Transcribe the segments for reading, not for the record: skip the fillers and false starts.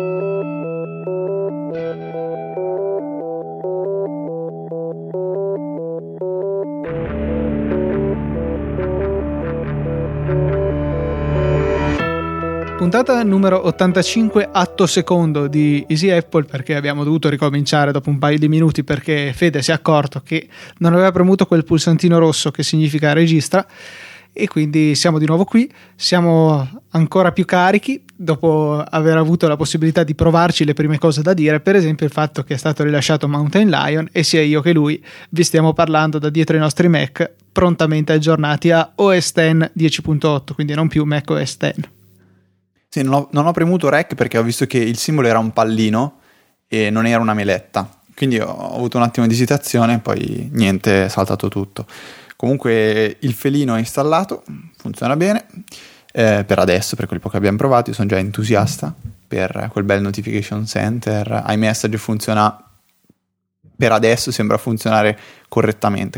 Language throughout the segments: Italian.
Puntata numero 85 atto secondo di Easy Apple, perché abbiamo dovuto ricominciare dopo un paio di minuti perché Fede si è accorto che non aveva premuto quel pulsantino rosso che significa registra, e quindi siamo di nuovo qui, siamo ancora più carichi dopo aver avuto la possibilità di provarci le prime cose da dire, per esempio il fatto che è stato rilasciato Mountain Lion e sia io che lui vi stiamo parlando da dietro i nostri Mac prontamente aggiornati a OS X 10.8, quindi non più Mac OS X. Sì, non ho premuto REC perché ho visto che il simbolo era un pallino e non era una meletta, quindi ho avuto un attimo di esitazione e poi niente, è saltato tutto. Comunque il felino è installato, funziona bene, per adesso, per quel po' che abbiamo provato. Io sono già entusiasta per quel bel notification center. iMessage funziona, per adesso sembra funzionare correttamente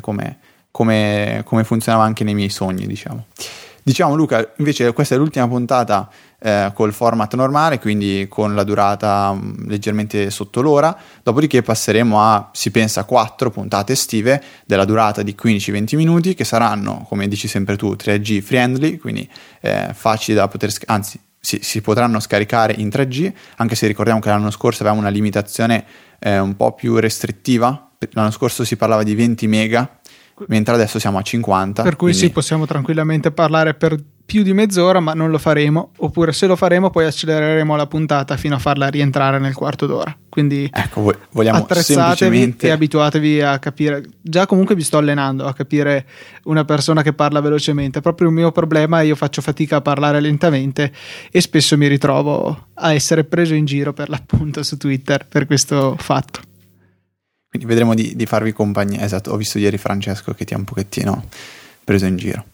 come funzionava anche nei miei sogni, diciamo. Diciamo, Luca, invece questa è l'ultima puntata col format normale, quindi con la durata leggermente sotto l'ora, dopodiché passeremo a, si pensa, 4 puntate estive della durata di 15-20 minuti, che saranno, come dici sempre tu, 3G friendly, quindi facili da poter, anzi si potranno scaricare in 3G, anche se ricordiamo che l'anno scorso avevamo una limitazione un po' più restrittiva. L'anno scorso si parlava di 20 mega, mentre adesso siamo a 50. Per cui quindi sì, possiamo tranquillamente parlare per più di mezz'ora, ma non lo faremo, oppure se lo faremo poi accelereremo la puntata fino a farla rientrare nel quarto d'ora. Quindi ecco, vogliamo attrezzatevi semplicemente e abituatevi a capire. Già comunque vi sto allenando a capire una persona che parla velocemente, è proprio il mio problema, io faccio fatica a parlare lentamente e spesso mi ritrovo a essere preso in giro per l'appunto su Twitter per questo fatto. Quindi vedremo di farvi compagnia. Esatto, ho visto ieri Francesco che ti ha un pochettino preso in giro.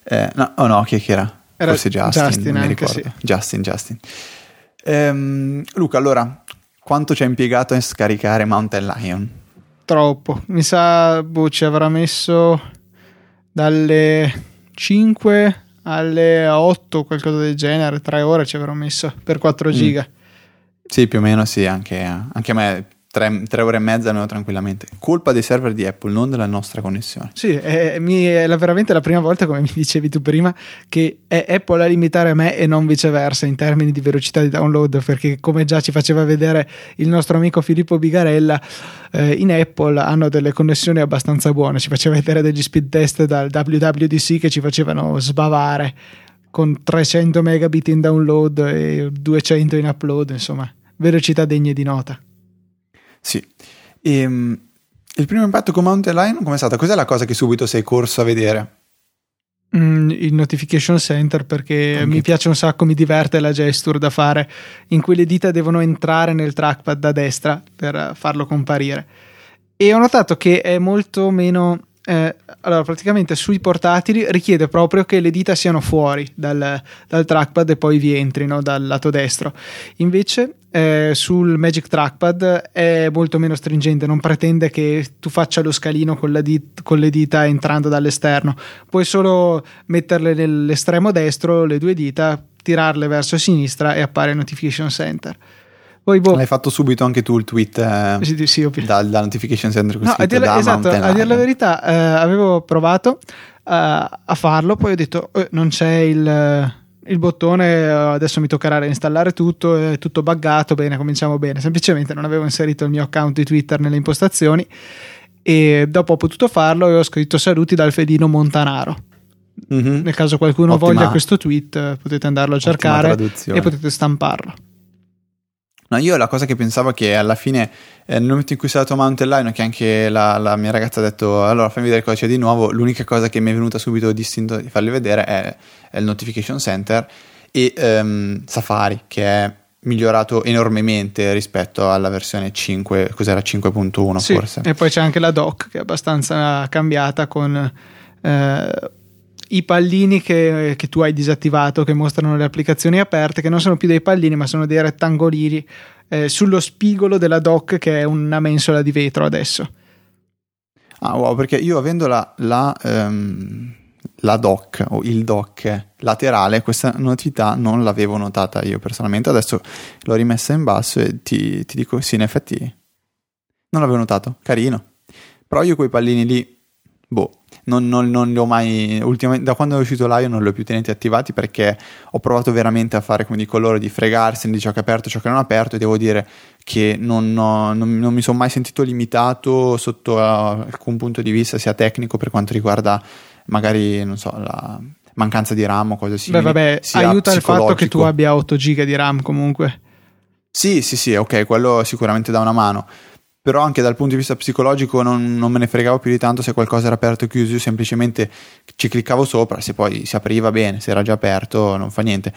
No, chi era? Forse Justin, non mi ricordo. Sì. Justin. Luca, allora, quanto ci ha impiegato a scaricare Mountain Lion? Troppo. Mi sa, ci avrà messo dalle 5 alle 8, qualcosa del genere, 3 ore ci avrò messo per 4 giga. Sì, più o meno sì, anche a me 3 ore e mezza ne ho tranquillamente. Colpa dei server di Apple, non della nostra connessione. Sì, è veramente la prima volta, come mi dicevi tu prima, che è Apple a limitare me e non viceversa in termini di velocità di download, perché come già ci faceva vedere il nostro amico Filippo Bigarella, in Apple hanno delle connessioni abbastanza buone. Ci faceva vedere degli speed test dal WWDC che ci facevano sbavare con 300 megabit in download e 200 in upload, insomma velocità degne di nota. Sì, il primo impatto con Mountain Lion com'è stata? Cos'è la cosa che subito sei corso a vedere? Il notification center, perché mi piace un sacco, mi diverte la gesture da fare in cui le dita devono entrare nel trackpad da destra per farlo comparire, e ho notato che è molto meno allora praticamente sui portatili richiede proprio che le dita siano fuori dal trackpad e poi vi entrino dal lato destro. Invece sul Magic Trackpad è molto meno stringente, non pretende che tu faccia lo scalino con le dita entrando dall'esterno, puoi solo metterle nell'estremo destro le 2 dita, tirarle verso sinistra e appare il notification center. Poi l'hai fatto subito anche tu il tweet sì, dal notification center no, a dire la verità avevo provato a farlo, poi ho detto non c'è il bottone, adesso mi toccherà reinstallare tutto, è tutto buggato, bene, cominciamo bene. Semplicemente non avevo inserito il mio account di Twitter nelle impostazioni e dopo ho potuto farlo e ho scritto saluti dal Fedino Montanaro. Nel caso qualcuno voglia questo tweet potete andarlo a cercare e potete stamparlo. No, io la cosa che pensavo che alla fine nel momento in cui è stato Mountain Lion, che anche la mia ragazza ha detto allora fammi vedere cosa c'è di nuovo, l'unica cosa che mi è venuta subito distinto di farli vedere è il notification center e Safari, che è migliorato enormemente rispetto alla versione 5, cos'era 5.1 sì, forse. E poi c'è anche la dock che è abbastanza cambiata con i pallini che tu hai disattivato, che mostrano le applicazioni aperte, che non sono più dei pallini ma sono dei rettangolini sullo spigolo della dock, che è una mensola di vetro adesso. Ah wow, perché io avendo la dock o il dock laterale, questa novità non l'avevo notata io personalmente. Adesso l'ho rimessa in basso e ti dico sì, in effetti non l'avevo notato, carino. Però io quei pallini lì, non li ho mai, ultimamente, da quando è uscito l'Aio non li ho più tenuti attivati, perché ho provato veramente a fare, come dico loro, di fregarsene di ciò che è aperto, ciò che non è aperto, e devo dire che non mi sono mai sentito limitato sotto alcun punto di vista, sia tecnico, per quanto riguarda magari, non so, la mancanza di RAM o cose simili. Vabbè, aiuta il fatto che tu abbia 8 giga di RAM comunque. Sì, ok, quello sicuramente dà una mano. Però anche dal punto di vista psicologico non me ne fregavo più di tanto se qualcosa era aperto o chiuso. Io semplicemente ci cliccavo sopra, se poi si apriva bene, se era già aperto non fa niente.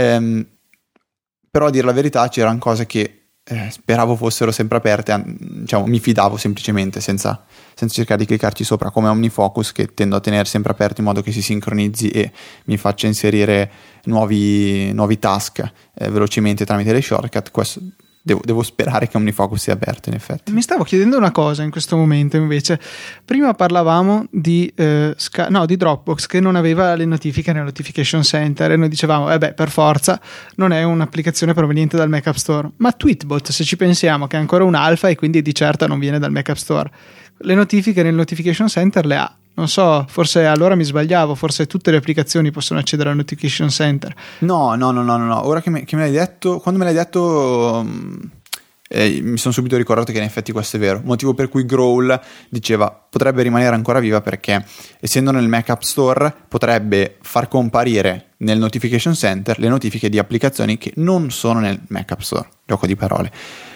Però a dire la verità c'erano cose che speravo fossero sempre aperte, diciamo, mi fidavo semplicemente senza cercare di cliccarci sopra, come OmniFocus, che tendo a tenere sempre aperto in modo che si sincronizzi e mi faccia inserire nuovi task velocemente tramite le shortcut. Questo devo sperare che OmniFocus sia aperto, in effetti. Mi stavo chiedendo una cosa in questo momento, invece. Prima parlavamo di Dropbox, che non aveva le notifiche nel Notification Center, e noi dicevamo per forza non è un'applicazione proveniente dal Mac App Store. Ma Tweetbot, se ci pensiamo, che è ancora un alfa e quindi di certo non viene dal Mac App Store, le notifiche nel Notification Center le ha. Non so, forse allora mi sbagliavo, forse tutte le applicazioni possono accedere al Notification Center. No. Ora che me l'hai detto, quando me l'hai detto mi sono subito ricordato che in effetti questo è vero. Motivo per cui Growl diceva potrebbe rimanere ancora viva, perché essendo nel Mac App Store potrebbe far comparire nel Notification Center le notifiche di applicazioni che non sono nel Mac App Store. Gioco di parole.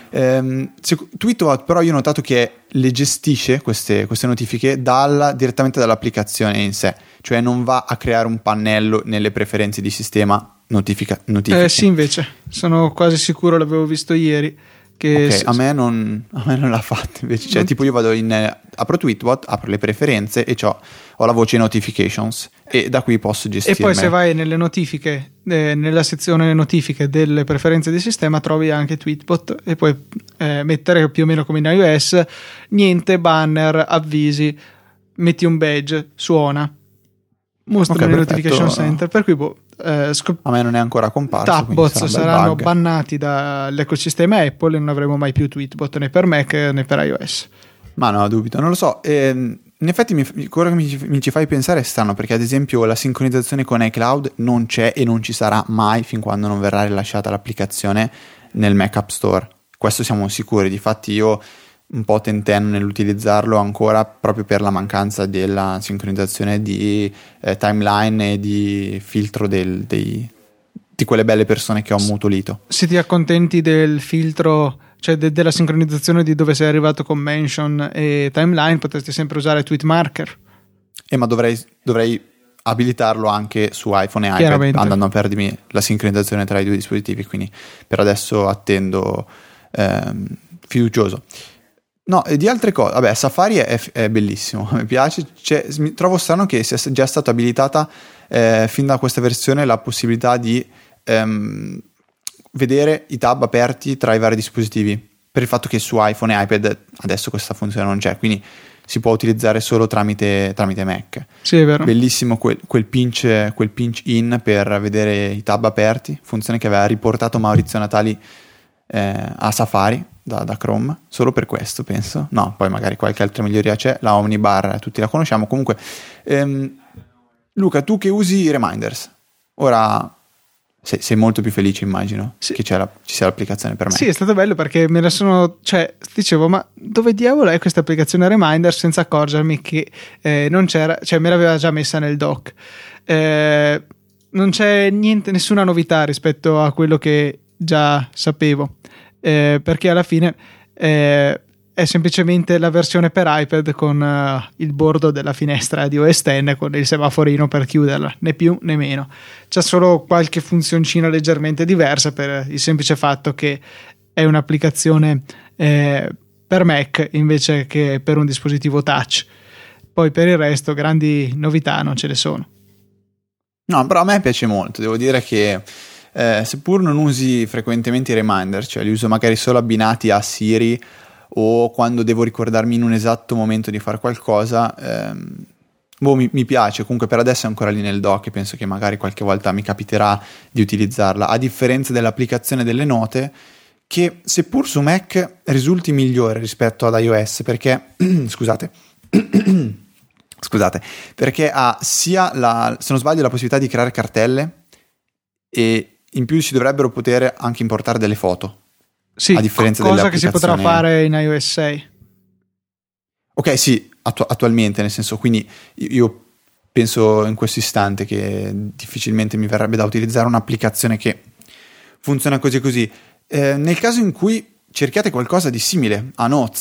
Tweetbot però io ho notato che le gestisce queste notifiche direttamente dall'applicazione in sé, cioè non va a creare un pannello nelle preferenze di sistema notifiche. Sì, invece sono quasi sicuro, l'avevo visto ieri che a me non l'ha fatto invece, cioè tipo io vado apro Tweetbot, apro le preferenze e ho la voce notifications e da qui posso gestire. E poi se vai nelle notifiche, nella sezione notifiche delle preferenze di sistema, trovi anche Tweetbot e puoi mettere più o meno come in iOS, niente banner, avvisi, metti un badge, suona, mostra nel Notification Center, per cui a me non è ancora comparso. Tapbots saranno bannati dall'ecosistema Apple e non avremo mai più Tweetbot né per Mac né per iOS. Ma no, dubito, non lo so. In effetti ora che mi ci fai pensare è strano, perché ad esempio la sincronizzazione con iCloud non c'è e non ci sarà mai fin quando non verrà rilasciata l'applicazione nel Mac App Store. Questo siamo sicuri. Difatti io un po' tentenno nell'utilizzarlo ancora proprio per la mancanza della sincronizzazione di timeline e di filtro di quelle belle persone che ho ammutolito. Se ti accontenti del filtro, cioè della sincronizzazione di dove sei arrivato con mention e timeline, potresti sempre usare Tweetmarker. Ma dovrei abilitarlo anche su iPhone e iPad, andando a perdermi la sincronizzazione tra i due dispositivi, quindi per adesso attendo fiducioso. No, e di altre cose, vabbè, Safari è bellissimo, mi piace, trovo strano che sia già stata abilitata fin da questa versione la possibilità di vedere i tab aperti tra i vari dispositivi, per il fatto che su iPhone e iPad adesso questa funzione non c'è, quindi si può utilizzare solo tramite Mac. Sì, è vero. Bellissimo quel pinch in per vedere i tab aperti, funzione che aveva riportato Maurizio Natali a Safari da Chrome, solo per questo penso. No, poi magari qualche altra miglioria c'è, la Omnibar tutti la conosciamo. Comunque Luca, tu che usi Reminders, ora sei molto più felice, immagino, sì, che ci sia l'applicazione per me. Sì, è stato bello perché dicevo, ma dove diavolo è questa applicazione Reminder, senza accorgermi che non c'era, cioè me l'aveva già messa nel dock. Non c'è nessuna novità rispetto a quello che già sapevo, perché alla fine è semplicemente la versione per iPad con il bordo della finestra di OS X con il semaforino per chiuderla, né più né meno. C'è solo qualche funzioncina leggermente diversa per il semplice fatto che è un'applicazione per Mac invece che per un dispositivo touch. Poi per il resto grandi novità non ce ne sono. No, però a me piace molto, devo dire che seppur non usi frequentemente i reminder, cioè li uso magari solo abbinati a Siri o quando devo ricordarmi in un esatto momento di fare qualcosa, mi piace, comunque per adesso è ancora lì nel dock e penso che magari qualche volta mi capiterà di utilizzarla, a differenza dell'applicazione delle note, che seppur su Mac risulti migliore rispetto ad iOS, perché scusate, perché ha sia se non sbaglio la possibilità di creare cartelle, e in più si dovrebbero poter anche importare delle foto. Sì, a differenza cosa che si potrà fare in iOS 6. Ok, sì, attualmente, nel senso, quindi io penso in questo istante che difficilmente mi verrebbe da utilizzare un'applicazione che funziona così. Nel caso in cui cerchiate qualcosa di simile a Notes,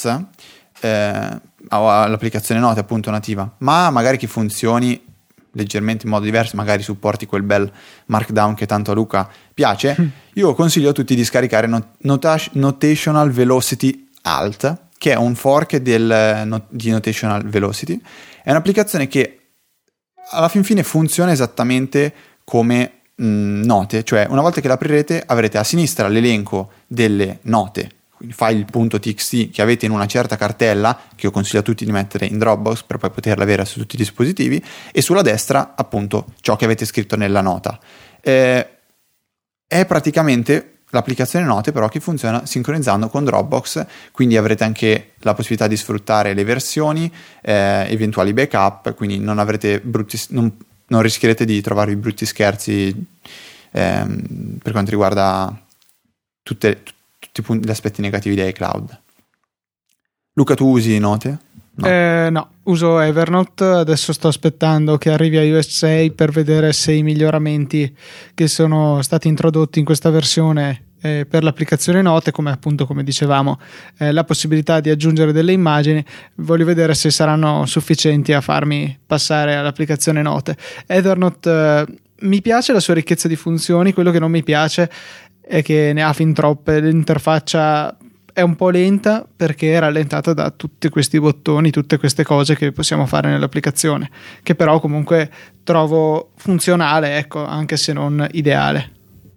o all'applicazione Note appunto nativa, ma magari che funzioni leggermente in modo diverso, magari supporti quel bel Markdown che tanto a Luca piace, io consiglio a tutti di scaricare Notational Velocity Alt, che è un fork di Notational Velocity. È un'applicazione che alla fin fine funziona esattamente come note, cioè una volta che l'aprirete avrete a sinistra l'elenco delle note, quindi file.txt che avete in una certa cartella, che io consiglio a tutti di mettere in Dropbox per poi poterla avere su tutti i dispositivi, e sulla destra appunto ciò che avete scritto nella nota. È praticamente l'applicazione note però che funziona sincronizzando con Dropbox, quindi avrete anche la possibilità di sfruttare le versioni, eventuali backup, quindi non avrete non rischierete di trovarvi brutti scherzi per quanto riguarda tutti gli aspetti negativi di iCloud. Luca, tu usi note? No, uso Evernote. Adesso sto aspettando che arrivi a iOS 6 per vedere se i miglioramenti che sono stati introdotti in questa versione per l'applicazione note, come dicevamo, la possibilità di aggiungere delle immagini, voglio vedere se saranno sufficienti a farmi passare all'applicazione note. Evernote mi piace la sua ricchezza di funzioni, quello che non mi piace è che ne ha fin troppe, l'interfaccia è un po' lenta perché è rallentata da tutti questi bottoni, tutte queste cose che possiamo fare nell'applicazione, che però comunque trovo funzionale, ecco, anche se non ideale.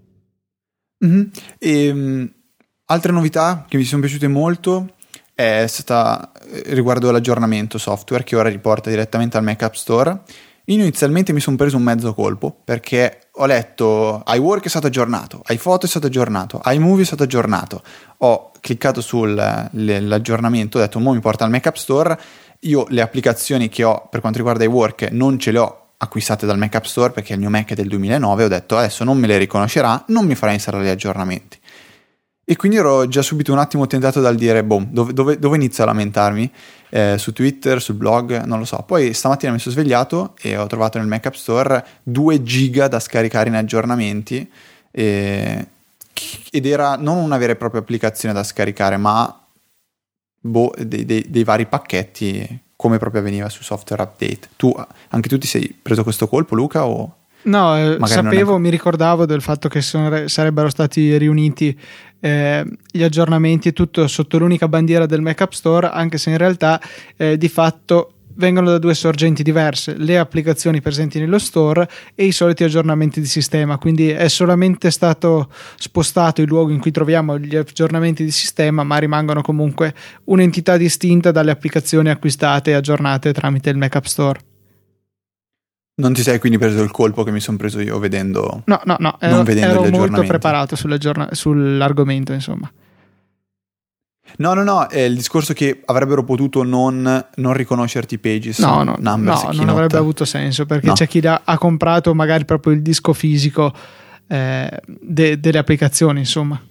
Altre novità che mi sono piaciute molto è stata riguardo l'aggiornamento software che ora riporta direttamente al Mac App Store. Inizialmente mi sono preso un mezzo colpo perché ho letto iWork è stato aggiornato, iPhoto è stato aggiornato, iMovie è stato aggiornato. Ho cliccato sull'aggiornamento, ho detto mo mi porta al Mac App Store. Io le applicazioni che ho per quanto riguarda iWork non ce le ho acquistate dal Mac App Store perché il mio Mac è del 2009, ho detto adesso non me le riconoscerà, non mi farà installare gli aggiornamenti. E quindi ero già subito un attimo tentato dal dire dove inizio a lamentarmi? Su Twitter, sul blog, non lo so. Poi stamattina mi sono svegliato e ho trovato nel Mac App Store 2 giga da scaricare in aggiornamenti, ed era non una vera e propria applicazione da scaricare, ma dei vari pacchetti, come proprio avveniva su Software Update. Anche tu ti sei preso questo colpo, Luca, o... No, sapevo, mi ricordavo del fatto che sarebbero stati riuniti gli aggiornamenti e tutto sotto l'unica bandiera del Mac App Store, anche se in realtà di fatto vengono da 2 sorgenti diverse: le applicazioni presenti nello store e i soliti aggiornamenti di sistema. Quindi è solamente stato spostato il luogo in cui troviamo gli aggiornamenti di sistema, ma rimangono comunque un'entità distinta dalle applicazioni acquistate e aggiornate tramite il Mac App Store. Non ti sei quindi preso il colpo che mi sono preso io vedendo? No, non vedendo ero molto preparato sull'argomento, insomma. No, è il discorso che avrebbero potuto non riconoscerti Pages, Numbers, non avrebbe avuto senso, perché c'è chi ha comprato magari proprio il disco fisico delle applicazioni, insomma.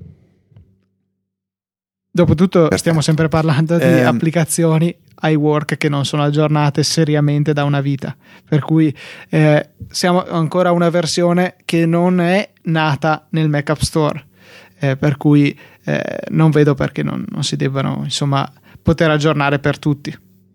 Dopotutto stiamo sempre parlando di applicazioni iWork che non sono aggiornate seriamente da una vita, per cui siamo ancora una versione che non è nata nel Mac App Store, per cui non vedo perché non si debbano, insomma, poter aggiornare per tutti.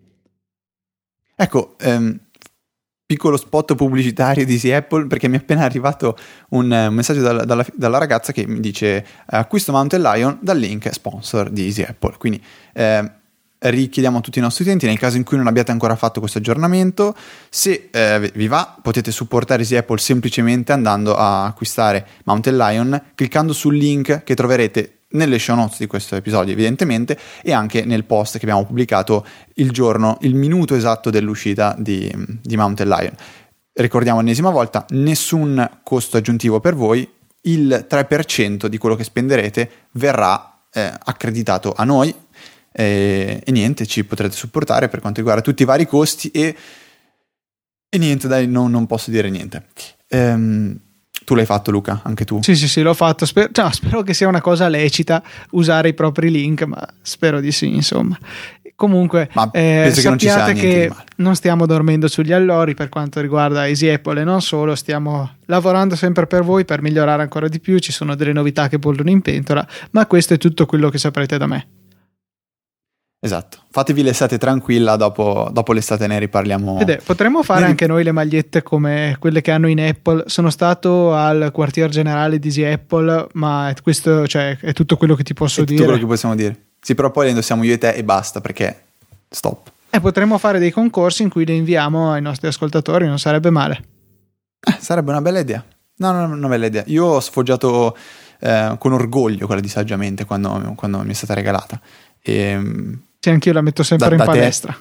Ecco, piccolo spot pubblicitario di Easy Apple, perché mi è appena arrivato un messaggio dalla ragazza che mi dice acquisto Mountain Lion dal link sponsor di Easy Apple. Quindi richiediamo a tutti i nostri utenti, nel caso in cui non abbiate ancora fatto questo aggiornamento, se vi va, potete supportare Easy Apple semplicemente andando a acquistare Mountain Lion, cliccando sul link che troverete nelle show notes di questo episodio evidentemente, e anche nel post che abbiamo pubblicato il minuto esatto dell'uscita di Mountain Lion. Ricordiamo ennesima volta, nessun costo aggiuntivo per voi, il 3% di quello che spenderete verrà accreditato a noi, e niente, ci potrete supportare per quanto riguarda tutti i vari costi e niente, dai, non posso dire niente. Tu l'hai fatto, Luca? Anche tu? Sì, l'ho fatto. Spero che sia una cosa lecita usare i propri link, ma spero di sì, insomma. Comunque, penso che non ci sia niente di male. Non stiamo dormendo sugli allori per quanto riguarda Easy Apple e non solo, stiamo lavorando sempre per voi per migliorare ancora di più, ci sono delle novità che bollono in pentola, ma questo è tutto quello che saprete da me. Esatto, fatevi l'estate tranquilla, dopo l'estate ne riparliamo. Potremmo fare anche noi le magliette come quelle che hanno in Apple. Sono stato al quartier generale di Easy Apple, ma questo, cioè, è tutto quello che ti posso dire. Tutto quello che possiamo dire. Sì, però poi le indossiamo io e te e basta, perché stop. E potremmo fare dei concorsi in cui le inviamo ai nostri ascoltatori, non sarebbe male. Sarebbe una bella idea. No, una bella idea. Io ho sfoggiato con orgoglio quella di Saggiamente quando mi è stata regalata. Sì, anch'io la metto sempre in palestra.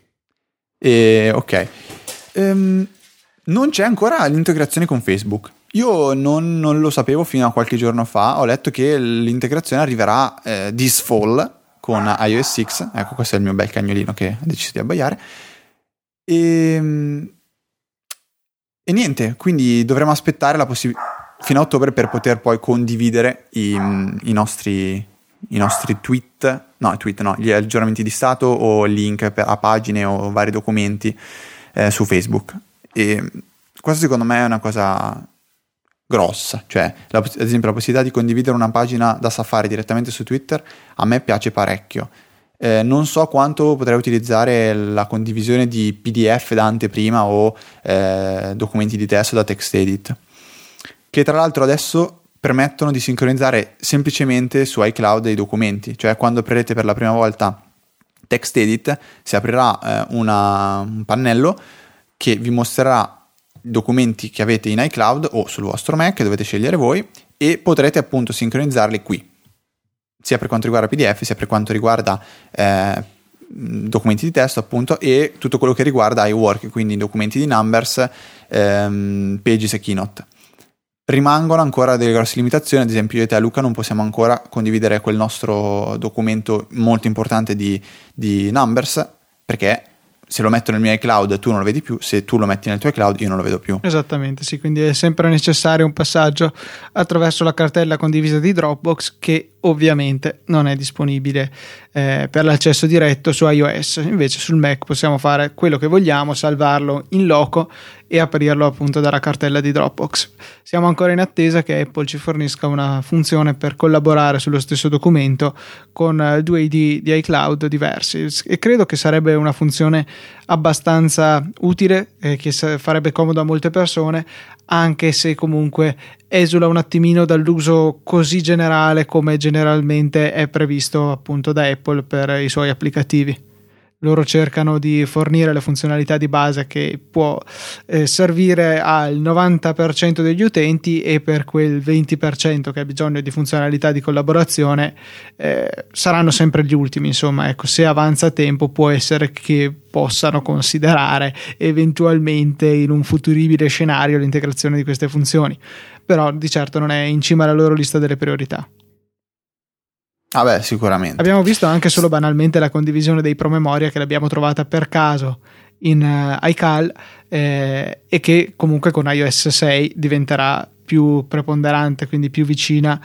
Ok. Non c'è ancora l'integrazione con Facebook. Io non lo sapevo fino a qualche giorno fa. Ho letto che l'integrazione arriverà this fall con iOS 6. Ecco, questo è il mio bel cagnolino che ha deciso di abbaiare. E niente, quindi dovremo aspettare fino a ottobre per poter poi condividere i nostri tweet, gli aggiornamenti di stato o link a pagine o vari documenti su Facebook. E questo secondo me è una cosa grossa, cioè ad esempio la possibilità di condividere una pagina da Safari direttamente su Twitter a me piace parecchio. Non so quanto potrei utilizzare la condivisione di PDF da anteprima o documenti di testo da TextEdit, che tra l'altro adesso permettono di sincronizzare semplicemente su iCloud i documenti, cioè quando aprirete per la prima volta TextEdit si aprirà un pannello che vi mostrerà documenti che avete in iCloud o sul vostro Mac, che dovete scegliere voi, e potrete appunto sincronizzarli qui, sia per quanto riguarda PDF, sia per quanto riguarda documenti di testo appunto, e tutto quello che riguarda iWork, quindi documenti di Numbers, Pages e Keynote. Rimangono ancora delle grosse limitazioni, ad esempio io e te, Luca, non possiamo ancora condividere quel nostro documento molto importante di Numbers, perché se lo metto nel mio iCloud tu non lo vedi più, se tu lo metti nel tuo iCloud io non lo vedo più. Esattamente, sì, quindi è sempre necessario un passaggio attraverso la cartella condivisa di Dropbox, che ovviamente non è disponibile per l'accesso diretto su iOS. Invece sul Mac possiamo fare quello che vogliamo, salvarlo in loco e aprirlo appunto dalla cartella di Dropbox. Siamo ancora in attesa che Apple ci fornisca una funzione per collaborare sullo stesso documento con due ID di iCloud diversi, e credo che sarebbe una funzione abbastanza utile e che farebbe comodo a molte persone, anche se comunque esula un attimino dall'uso così generale come generalmente è previsto appunto da Apple per i suoi applicativi. Loro cercano di fornire le funzionalità di base che può servire al 90% degli utenti, e per quel 20% che ha bisogno di funzionalità di collaborazione saranno sempre gli ultimi. Insomma, ecco, se avanza tempo può essere che possano considerare eventualmente in un futuribile scenario l'integrazione di queste funzioni, però di certo non è in cima alla loro lista delle priorità. Ah beh, sicuramente. Abbiamo visto anche solo banalmente la condivisione dei promemoria, che l'abbiamo trovata per caso in iCal, e che comunque con iOS 6 diventerà più preponderante, quindi più vicina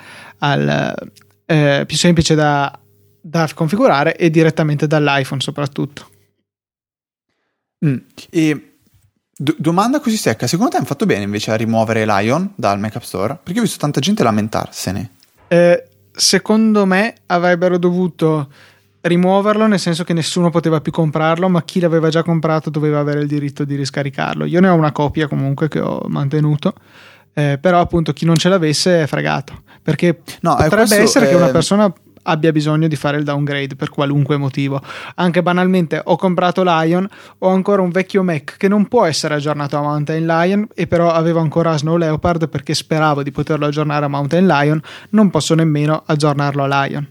più semplice da configurare, e direttamente dall'iPhone soprattutto. E domanda così secca: secondo te hanno fatto bene invece a rimuovere Lion dal Mac App Store? Perché ho visto tanta gente lamentarsene. Secondo me avrebbero dovuto rimuoverlo, nel senso che nessuno poteva più comprarlo, ma chi l'aveva già comprato doveva avere il diritto di riscaricarlo. Io ne ho una copia comunque che ho mantenuto, però appunto chi non ce l'avesse è fregato, perché potrebbe essere che una persona abbia bisogno di fare il downgrade per qualunque motivo. Anche banalmente ho comprato Lion, ho ancora un vecchio Mac che non può essere aggiornato a Mountain Lion e però avevo ancora Snow Leopard perché speravo di poterlo aggiornare a Mountain Lion, non posso nemmeno aggiornarlo a Lion.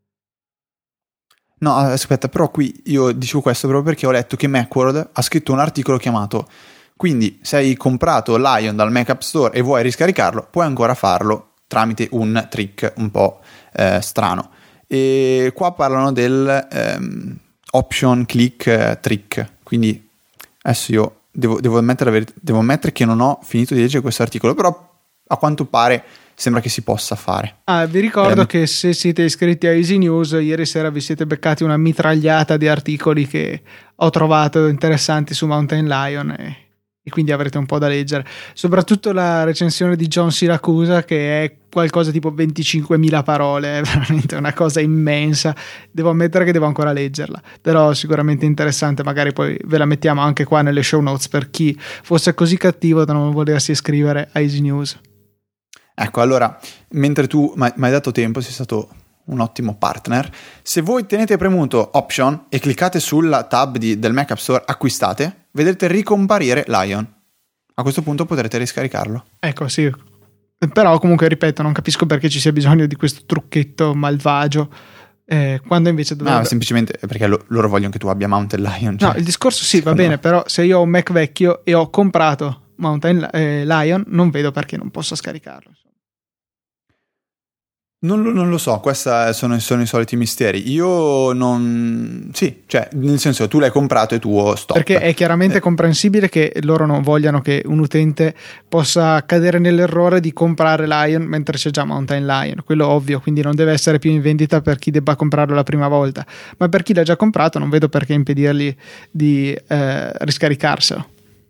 No, aspetta, però qui io dicevo questo proprio perché ho letto che Macworld ha scritto un articolo chiamato "Quindi se hai comprato Lion dal Mac App Store e vuoi riscaricarlo, puoi ancora farlo tramite un trick un po' strano". E qua parlano del option click trick, quindi adesso io devo ammettere che non ho finito di leggere questo articolo, però a quanto pare sembra che si possa fare. Vi ricordo che se siete iscritti a Easy News, ieri sera vi siete beccati una mitragliata di articoli che ho trovato interessanti su Mountain Lion e quindi avrete un po' da leggere. Soprattutto la recensione di John Siracusa, che è qualcosa tipo 25.000 parole, è veramente una cosa immensa. Devo ammettere che devo ancora leggerla, però sicuramente interessante. Magari poi ve la mettiamo anche qua nelle show notes per chi fosse così cattivo da non volersi iscrivere a Easy News. Ecco, allora, mentre tu mi hai dato tempo, sei stato un ottimo partner. Se voi tenete premuto Option e cliccate sulla tab del Mac App Store Acquistate, vedrete ricomparire Lion. A questo punto potrete riscaricarlo. Ecco, sì. Però comunque, ripeto, non capisco perché ci sia bisogno di questo trucchetto malvagio, quando invece dovrebbe... No, semplicemente perché loro vogliono che tu abbia Mountain Lion. Cioè, no, il discorso sì, va bene, però se io ho un Mac vecchio e ho comprato Mountain Lion, non vedo perché non posso scaricarlo. Non lo so, questi sono i soliti misteri. Io non... Sì, cioè, nel senso, tu l'hai comprato e tuo stop. Perché è chiaramente comprensibile che loro non vogliano che un utente possa cadere nell'errore di comprare Lion mentre c'è già Mountain Lion. Quello ovvio, quindi non deve essere più in vendita per chi debba comprarlo la prima volta. Ma per chi l'ha già comprato non vedo perché impedirgli di riscaricarselo.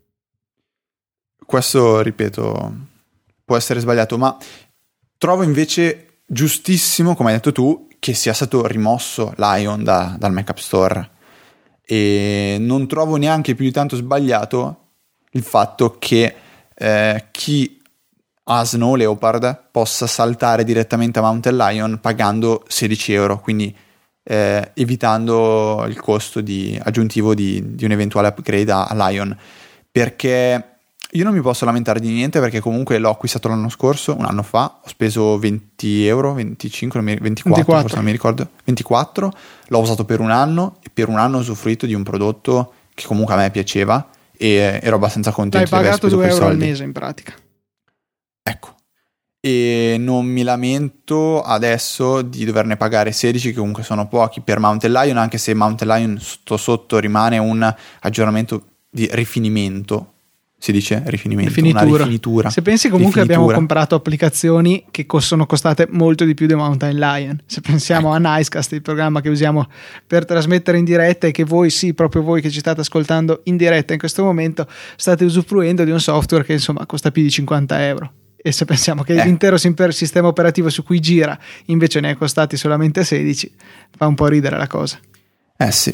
Questo, ripeto, può essere sbagliato, ma trovo invece giustissimo, come hai detto tu, che sia stato rimosso Lion dal Mac App Store, e non trovo neanche più di tanto sbagliato il fatto che chi ha Snow Leopard possa saltare direttamente a Mountain Lion pagando 16 euro, quindi evitando il costo aggiuntivo di un eventuale upgrade a Lion, perché io non mi posso lamentare di niente, perché comunque l'ho acquistato l'anno scorso, un anno fa, ho speso 20 euro, 25, 24, forse non mi ricordo, 24, l'ho usato per un anno e per un anno ho usufruito di un prodotto che comunque a me piaceva e ero abbastanza contento di aver speso quei soldi. Hai pagato 2 euro al mese in pratica. Ecco, e non mi lamento adesso di doverne pagare 16, che comunque sono pochi per Mountain Lion, anche se Mountain Lion sotto rimane un aggiornamento di rifinimento. Si dice rifinimento, una rifinitura. Se pensi comunque abbiamo comprato applicazioni che sono costate molto di più di Mountain Lion. Se pensiamo a Nicecast, il programma che usiamo per trasmettere in diretta e che voi, sì, proprio voi che ci state ascoltando in diretta in questo momento, state usufruendo di un software che insomma costa più di 50 euro. E se pensiamo che l'intero sistema operativo su cui gira invece ne è costati solamente 16, fa un po' ridere la cosa. Sì.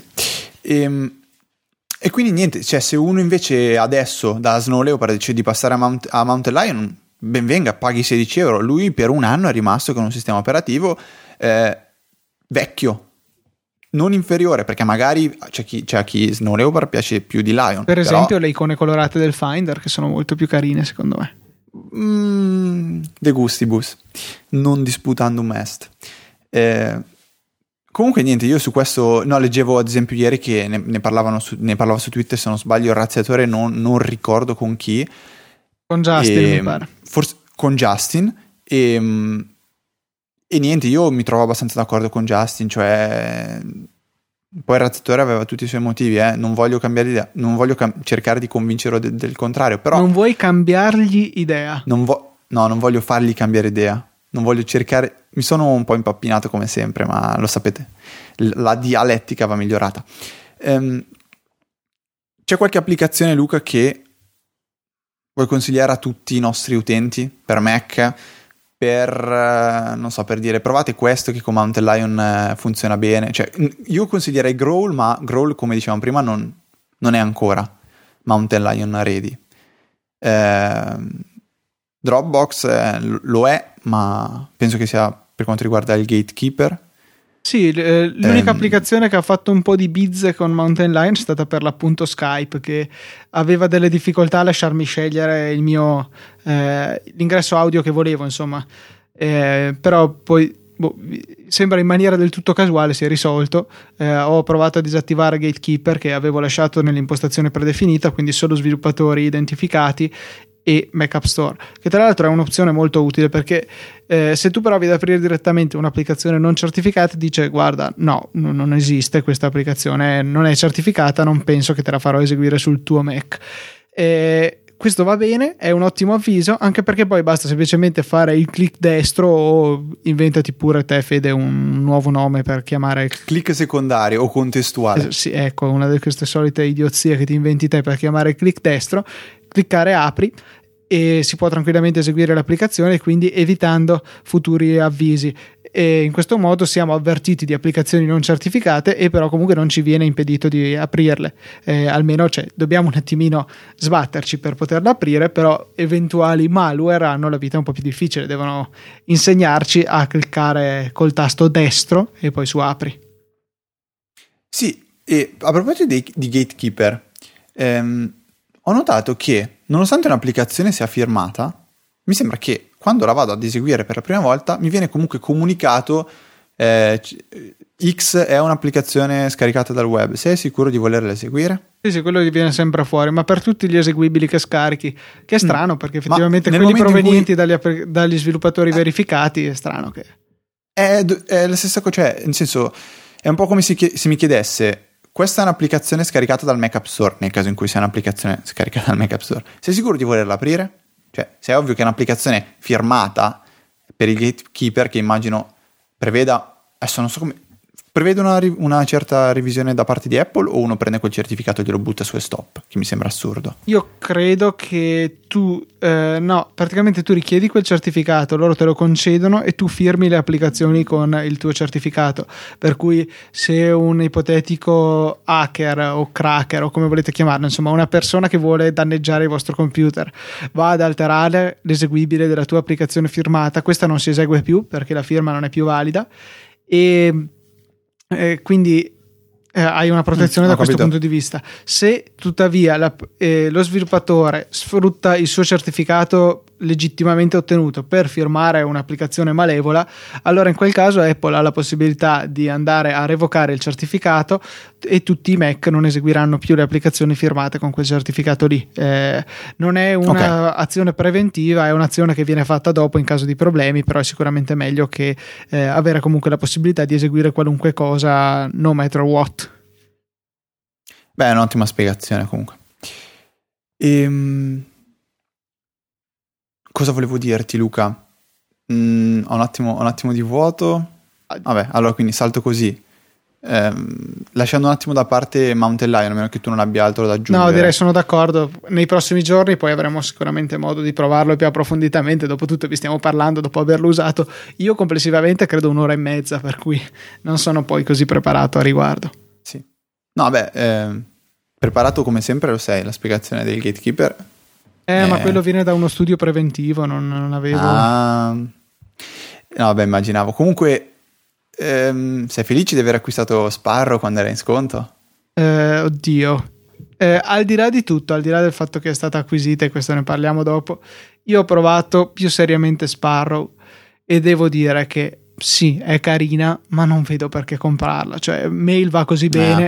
E quindi niente, cioè, se uno invece adesso da Snow Leopard decide di passare a Mountain Lion, ben venga, paghi 16 euro. Lui per un anno è rimasto con un sistema operativo vecchio, non inferiore, perché magari c'è a chi Snow Leopard piace più di Lion. Per esempio le icone colorate del Finder, che sono molto più carine secondo me. De gustibus, non disputandum est. Comunque niente, io su questo leggevo ad esempio ieri che ne parlava su Twitter, se non sbaglio, il razziatore, non ricordo con chi, con Justin mi pare, forse con Justin, e niente, io mi trovo abbastanza d'accordo con Justin, cioè poi il razziatore aveva tutti i suoi motivi, non voglio cambiare idea, non voglio cercare di convincerlo del contrario, però non vuoi cambiargli idea? Non voglio fargli cambiare idea. Non voglio cercare, mi sono un po' impappinato come sempre, ma lo sapete, la dialettica va migliorata. C'è qualche applicazione, Luca, che vuoi consigliare a tutti i nostri utenti per Mac, non so, per dire provate questo che con Mountain Lion funziona bene? Cioè, io consiglierei Growl, ma Growl, come dicevamo prima, non è ancora Mountain Lion ready. Dropbox lo è, ma penso che sia per quanto riguarda il Gatekeeper, Sì, l'unica applicazione che ha fatto un po' di bizze con Mountain Lion è stata per l'appunto Skype, che aveva delle difficoltà a lasciarmi scegliere l'ingresso audio che volevo, insomma. Però poi sembra in maniera del tutto casuale si è risolto. Ho provato a disattivare Gatekeeper, che avevo lasciato nell'impostazione predefinita, quindi solo sviluppatori identificati, e Mac App Store, che tra l'altro è un'opzione molto utile, perché se tu provi ad aprire direttamente un'applicazione non certificata dice guarda non esiste questa applicazione, non è certificata, non penso che te la farò eseguire sul tuo Mac. Questo va bene, è un ottimo avviso, anche perché poi basta semplicemente fare il clic destro, o inventati pure te, Fede, un nuovo nome per chiamare clic secondario o contestuale. Sì, ecco, una di queste solite idiozie che ti inventi te per chiamare il clic destro, cliccare apri e si può tranquillamente eseguire l'applicazione, quindi evitando futuri avvisi. E in questo modo siamo avvertiti di applicazioni non certificate, e però comunque non ci viene impedito di aprirle, almeno dobbiamo un attimino sbatterci per poterla aprire, però eventuali malware hanno la vita un po' più difficile, devono insegnarci a cliccare col tasto destro e poi su apri. Sì, e a proposito di Gatekeeper, ho notato che nonostante un'applicazione sia firmata, mi sembra che quando la vado ad eseguire per la prima volta mi viene comunque comunicato X è un'applicazione scaricata dal web, sei sicuro di volerla eseguire? Sì, quello gli viene sempre fuori, ma per tutti gli eseguibili che scarichi, che è strano, perché effettivamente quelli provenienti dagli sviluppatori verificati, è strano che... È la stessa cosa, cioè, nel senso, è un po' come se mi chiedesse: questa è un'applicazione scaricata dal Mac App Store, nel caso in cui sia un'applicazione scaricata dal Mac App Store, sei sicuro di volerla aprire? Cioè, se è ovvio che è un'applicazione firmata per il Gatekeeper, che immagino preveda, adesso non so come, prevede una certa revisione da parte di Apple, o uno prende quel certificato e glielo butta su e stop, che mi sembra assurdo. Io credo che tu praticamente tu richiedi quel certificato, loro te lo concedono e tu firmi le applicazioni con il tuo certificato, per cui se un ipotetico hacker o cracker, o come volete chiamarlo, insomma una persona che vuole danneggiare il vostro computer, va ad alterare l'eseguibile della tua applicazione firmata, questa non si esegue più perché la firma non è più valida, e quindi hai una protezione da questo punto di vista. Se tuttavia lo sviluppatore sfrutta il suo certificato legittimamente ottenuto per firmare un'applicazione malevola, allora in quel caso Apple ha la possibilità di andare a revocare il certificato e tutti i Mac non eseguiranno più le applicazioni firmate con quel certificato lì. Non è un'azione preventiva, è un'azione che viene fatta dopo in caso di problemi, però è sicuramente meglio che avere comunque la possibilità di eseguire qualunque cosa, no matter what. Beh, è un'ottima spiegazione comunque. Cosa volevo dirti, Luca? Ho un attimo di vuoto. Vabbè, allora quindi salto così. Lasciando un attimo da parte Mountain Lion, a meno che tu non abbia altro da aggiungere. No, direi sono d'accordo. Nei prossimi giorni poi avremo sicuramente modo di provarlo più approfonditamente. Dopotutto vi stiamo parlando dopo averlo usato io complessivamente credo 1 ora e mezza, per cui non sono poi così preparato a riguardo. Sì. No, beh, preparato come sempre lo sei, la spiegazione del Gatekeeper. Ma quello viene da uno studio preventivo, non avevo... No, beh, immaginavo. Comunque, sei felice di aver acquistato Sparrow quando era in sconto? Oddio. Al di là di tutto, al di là del fatto che è stata acquisita, e questo ne parliamo dopo, io ho provato più seriamente Sparrow e devo dire che sì, è carina, ma non vedo perché comprarla. Cioè, Mail va così bene,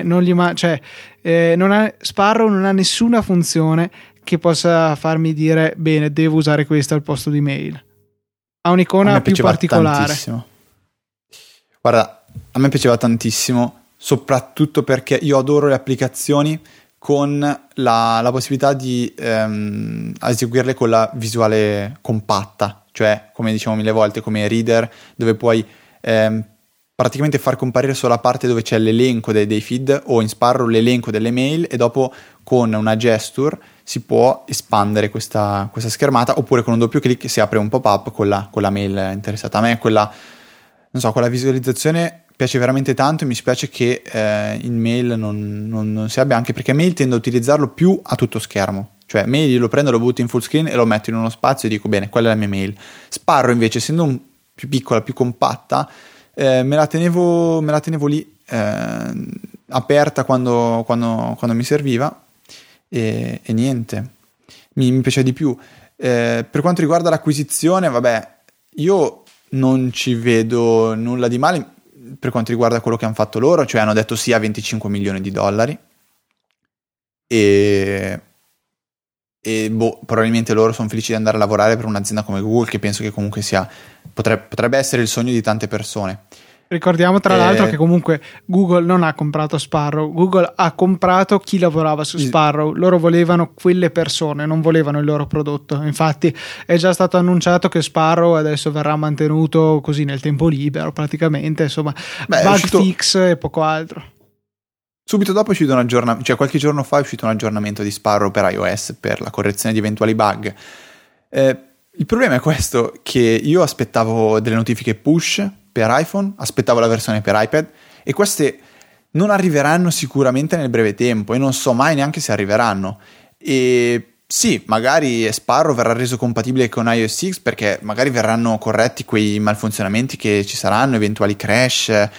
Sparrow non ha nessuna funzione che possa farmi dire bene, devo usare questa al posto di Mail. Ha un'icona più particolare. Tantissimo. Guarda, a me piaceva tantissimo, soprattutto perché io adoro le applicazioni con la possibilità di eseguirle con la visuale compatta, cioè come diciamo 1000 volte come Reader, dove puoi praticamente far comparire solo la parte dove c'è l'elenco dei feed, o in Sparrow l'elenco delle mail, e dopo con una gesture si può espandere questa schermata, oppure con un doppio clic si apre un pop-up con la mail interessata. A me quella visualizzazione piace veramente tanto, e mi spiace che in Mail non si abbia, anche perché Mail tende a utilizzarlo più a tutto schermo. Cioè Mail io lo prendo, lo butto in full screen e lo metto in uno spazio e dico bene, quella è la mia mail. Sparrow invece, essendo più piccola, più compatta, me la tenevo lì aperta quando mi serviva e niente, mi piace di più. Per quanto riguarda l'acquisizione, vabbè, io non ci vedo nulla di male per quanto riguarda quello che hanno fatto loro, cioè hanno detto sì a $25 milioni e probabilmente loro sono felici di andare a lavorare per un'azienda come Google, che penso che comunque potrebbe essere il sogno di tante persone. Ricordiamo tra l'altro che comunque Google non ha comprato Sparrow, Google ha comprato chi lavorava su Sparrow. Loro volevano quelle persone, non volevano il loro prodotto. Infatti è già stato annunciato che Sparrow adesso verrà mantenuto così nel tempo libero praticamente, insomma, bug fix e poco altro. Subito dopo è uscito un aggiornamento, cioè qualche giorno fa è uscito un aggiornamento di Sparrow per iOS per la correzione di eventuali bug. Il problema è questo, che io aspettavo delle notifiche push per iPhone, aspettavo la versione per iPad e queste non arriveranno sicuramente nel breve tempo e non so mai neanche se arriveranno. E sì, magari Sparrow verrà reso compatibile con iOS 6 perché magari verranno corretti quei malfunzionamenti che ci saranno, eventuali crash,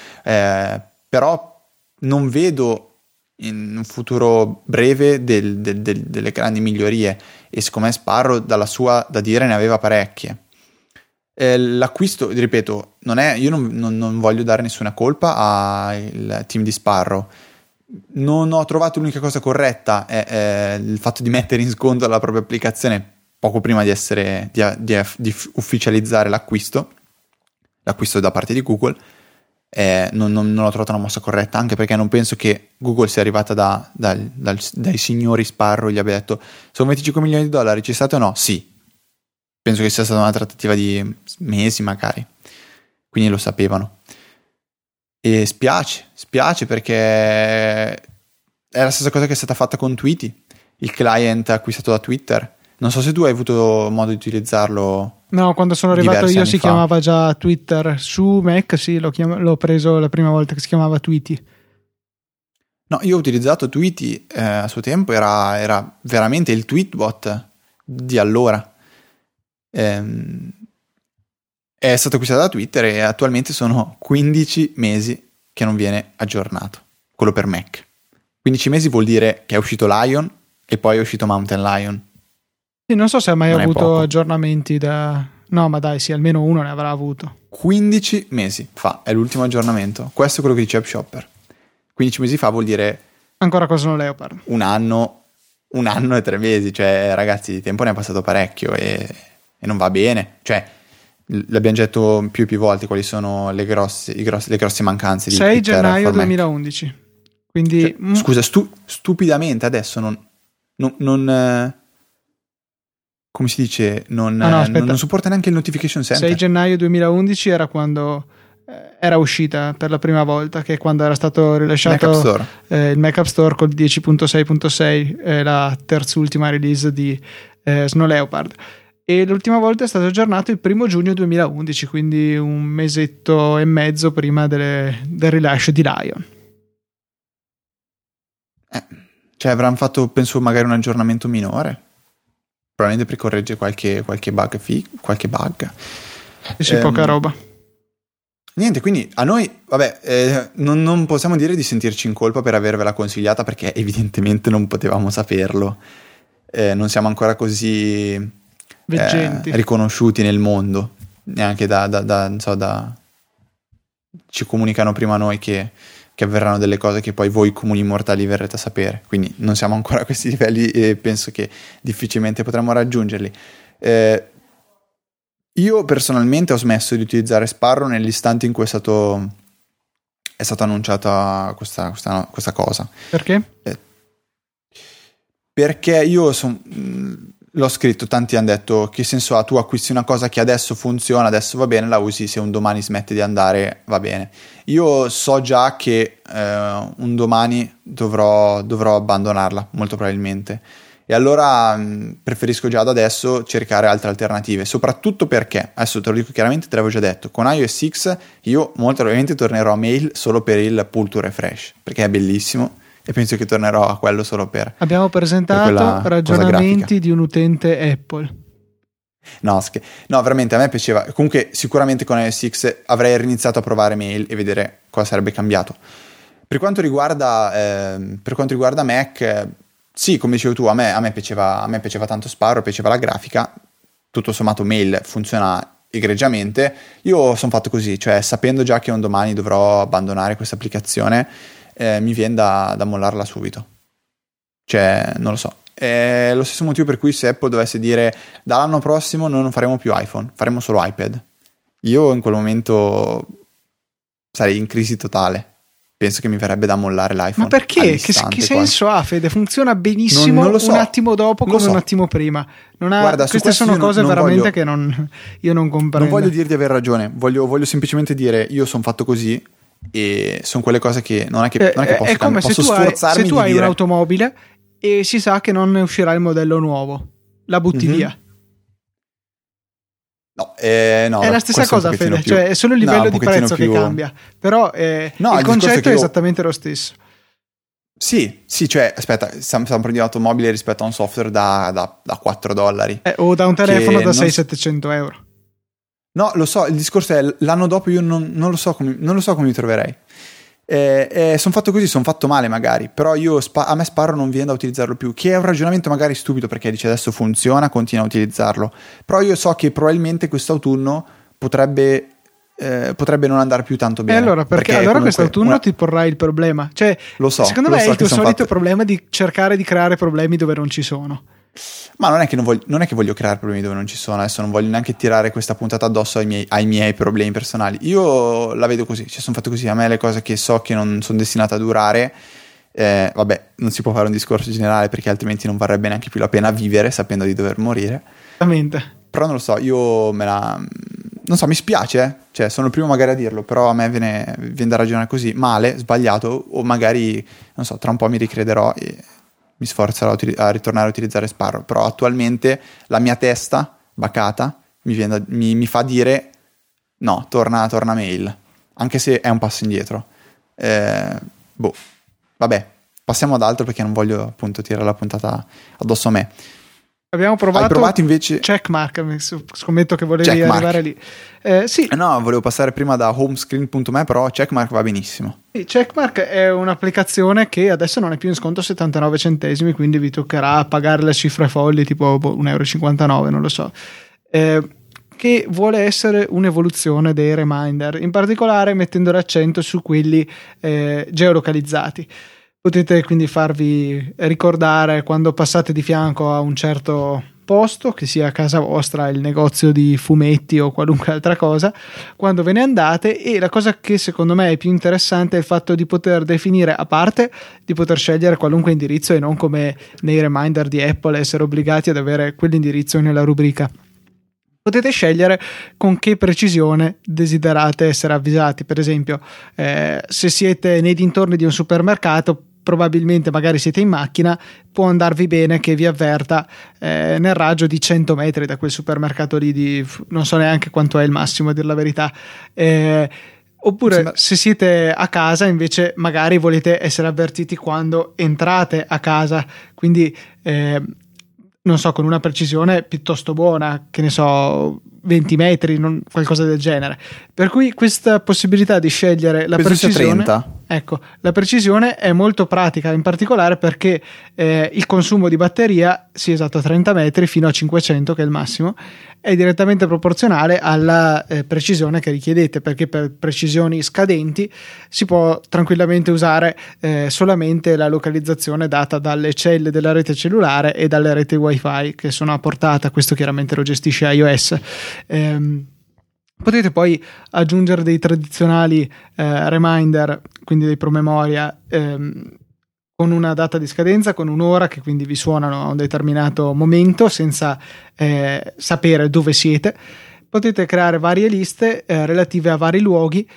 però non vedo in un futuro breve delle grandi migliorie e siccome Sparrow dalla sua da dire ne aveva parecchie. L'acquisto, ripeto, io non voglio dare nessuna colpa al team di Sparrow. Non ho trovato l'unica cosa corretta è il fatto di mettere in sconto la propria applicazione poco prima di ufficializzare l'acquisto da parte di Google. Non ho trovato una mossa corretta, anche perché non penso che Google sia arrivata dai signori Sparrow e gli abbia detto sono $25 milioni, ci state o no? Sì. Penso che sia stata una trattativa di mesi magari, quindi lo sapevano. E spiace perché è la stessa cosa che è stata fatta con Tweety, il client acquistato da Twitter. Non so se tu hai avuto modo di utilizzarlo. No, quando sono arrivato io si chiamava già Twitter. Su Mac sì, l'ho preso la prima volta che si chiamava Tweety. No, io ho utilizzato Tweety a suo tempo, era veramente il tweetbot di allora. È stato acquistato da Twitter e attualmente sono 15 mesi che non viene aggiornato, quello per Mac. 15 mesi vuol dire che è uscito Lion e poi è uscito Mountain Lion. Sì, non so se ha mai avuto aggiornamenti no, ma dai, sì, almeno uno ne avrà avuto. 15 mesi fa è l'ultimo aggiornamento. Questo è quello che dice AppShopper. 15 mesi fa vuol dire ancora con Snow Leopard. Un anno e 3 mesi. Cioè, ragazzi, di tempo ne è passato parecchio e non va bene. Cioè, l'abbiamo detto più e più volte quali sono le grosse mancanze di 6 gennaio 2011. Quindi cioè, scusa, stupidamente adesso non come si dice, non supporta neanche il notification center. 6 gennaio 2011 era quando era uscita per la prima volta, che è quando era stato rilasciato il Mac App Store col 10.6.6, la terzultima release di Snow Leopard. E l'ultima volta è stato aggiornato il 1 giugno 2011, quindi un mesetto e mezzo prima del rilascio di Lion. Cioè avranno fatto, penso, magari un aggiornamento minore, probabilmente per correggere qualche bug. Sì, poca roba. Niente, quindi a noi, vabbè, non possiamo dire di sentirci in colpa per avervela consigliata, perché evidentemente non potevamo saperlo. Non siamo ancora così riconosciuti nel mondo, neanche ci comunicano prima noi che avverranno delle cose che poi voi comuni mortali verrete a sapere, quindi non siamo ancora a questi livelli e penso che difficilmente potremo raggiungerli. Io personalmente ho smesso di utilizzare Sparrow nell'istante in cui è stata annunciata questa cosa. Perché? Perché io l'ho scritto, tanti hanno detto che senso ha, tu acquisti una cosa che adesso funziona, adesso va bene, la usi, se un domani smette di andare va bene. Io so già che un domani dovrò abbandonarla, molto probabilmente, e allora preferisco già da adesso cercare altre alternative, soprattutto perché, adesso te lo dico chiaramente, te l'avevo già detto, con iOS 6 io molto probabilmente tornerò a Mail solo per il pull to refresh, perché è bellissimo. E penso che tornerò a quello solo per... Abbiamo presentato ragionamenti di un utente Apple. No, veramente a me piaceva. Comunque sicuramente con iOS X avrei riniziato a provare Mail e vedere cosa sarebbe cambiato. Per quanto riguarda Mac, sì, come dicevi tu, a me piaceva tanto Sparrow, piaceva la grafica, tutto sommato Mail funziona egregiamente. Io sono fatto così, cioè sapendo già che un domani dovrò abbandonare questa applicazione, mi viene da mollarla subito. Cioè, non lo so. È lo stesso motivo per cui se Apple dovesse dire dall'anno prossimo noi non faremo più iPhone, faremo solo iPad, io in quel momento sarei in crisi totale. Penso che mi verrebbe da mollare l'iPhone. Ma perché? Che senso ha, Fede? Funziona benissimo non lo so. Un attimo dopo come un attimo prima. Guarda, queste sono cose non veramente che io non comprendo. Non voglio dire di aver ragione, voglio semplicemente dire io sono fatto così e sono quelle cose che non è che posso è come posso se tu hai dire un'automobile e si sa che non ne uscirà il modello nuovo, la butti via. No, è la stessa cosa, Fede, cioè è solo il livello di prezzo che cambia, però il concetto è esattamente lo stesso. Sì, cioè aspetta, stiamo parlando di automobile rispetto a un software da $4 o da un telefono da 600-700 euro. No, lo so, il discorso è l'anno dopo io non lo so come mi troverei. Sono fatto così, sono fatto male magari, però a me Sparrow non viene da utilizzarlo più, che è un ragionamento magari stupido perché dice adesso funziona, continua a utilizzarlo, però io so che probabilmente quest'autunno potrebbe non andare più tanto bene. E allora perché allora quest'autunno ti porrai il problema, cioè lo so, secondo me è il tuo solito problema di cercare di creare problemi dove non ci sono. Ma non è che voglio creare problemi dove non ci sono. Adesso non voglio neanche tirare questa puntata addosso ai miei problemi personali. Io la vedo così, cioè sono fatto così. A me le cose che so che non sono destinate a durare, vabbè, non si può fare un discorso generale perché altrimenti non varrebbe neanche più la pena vivere sapendo di dover morire. Esattamente. Però non lo so, non so, mi spiace, cioè sono il primo magari a dirlo, però a me viene da ragionare così, male, sbagliato, o magari, non so, tra un po' mi ricrederò e mi sforzerò a ritornare a utilizzare Sparrow, però attualmente la mia testa bacata mi fa dire no, torna Mail, anche se è un passo indietro. Vabbè, passiamo ad altro perché non voglio appunto tirare la puntata addosso a me. Abbiamo provato. Hai provato invece Checkmark, scommetto che volevi arrivare lì. Sì. No, volevo passare prima da homescreen.me, però Checkmark va benissimo. Sì, Checkmark è un'applicazione che adesso non è più in sconto 79 centesimi, quindi vi toccherà pagare le cifre folli tipo 1,59 euro, non lo so. Che vuole essere un'evoluzione dei reminder, in particolare mettendo l'accento su quelli geolocalizzati. Potete quindi farvi ricordare quando passate di fianco a un certo posto, che sia casa vostra, il negozio di fumetti o qualunque altra cosa, quando ve ne andate. E la cosa che secondo me è più interessante è il fatto di poter definire, a parte di poter scegliere qualunque indirizzo e non come nei reminder di Apple essere obbligati ad avere quell'indirizzo nella rubrica. Potete scegliere con che precisione desiderate essere avvisati. Per esempio, se siete nei dintorni di un supermercato, probabilmente magari siete in macchina, può andarvi bene che vi avverta nel raggio di 100 metri da quel supermercato lì, non so neanche quanto è il massimo a dir la verità. Oppure se siete a casa invece magari volete essere avvertiti quando entrate a casa, quindi non so, con una precisione piuttosto buona, che ne so, 20 metri, qualcosa del genere. Per cui questa possibilità di scegliere la precisione, 30. Ecco, la precisione è molto pratica, in particolare perché il consumo di batteria, sì, esatto, 30 metri fino a 500, che è il massimo, è direttamente proporzionale alla precisione che richiedete, perché per precisioni scadenti si può tranquillamente usare solamente la localizzazione data dalle celle della rete cellulare e dalle reti wifi che sono a portata. Questo chiaramente lo gestisce iOS. Potete poi aggiungere dei tradizionali reminder, quindi dei promemoria con una data di scadenza, con un'ora, che quindi vi suonano a un determinato momento senza sapere dove siete. Potete creare varie liste relative a vari luoghi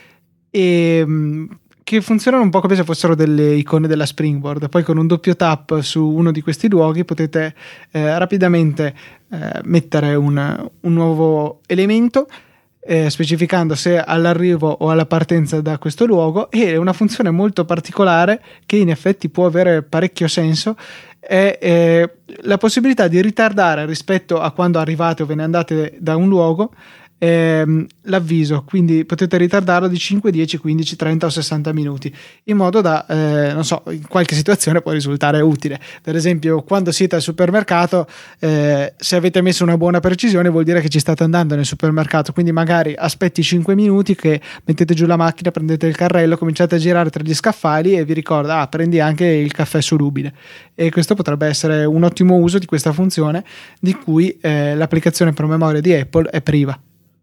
e che funzionano un po' come se fossero delle icone della Springboard. Poi con un doppio tap su uno di questi luoghi potete rapidamente mettere un nuovo elemento, specificando se all'arrivo o alla partenza da questo luogo. E una funzione molto particolare che in effetti può avere parecchio senso è la possibilità di ritardare rispetto a quando arrivate o ve ne andate da un luogo l'avviso, quindi potete ritardarlo di 5, 10, 15, 30 o 60 minuti, in modo da non so, in qualche situazione può risultare utile. Per esempio, quando siete al supermercato, se avete messo una buona precisione vuol dire che ci state andando nel supermercato, quindi magari aspetti 5 minuti, che mettete giù la macchina, prendete il carrello, cominciate a girare tra gli scaffali e vi ricorda prendi anche il caffè solubile. E questo potrebbe essere un ottimo uso di questa funzione, di cui l'applicazione promemoria di Apple è priva.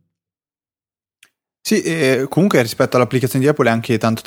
Sì, comunque rispetto all'applicazione di Apple è anche tanto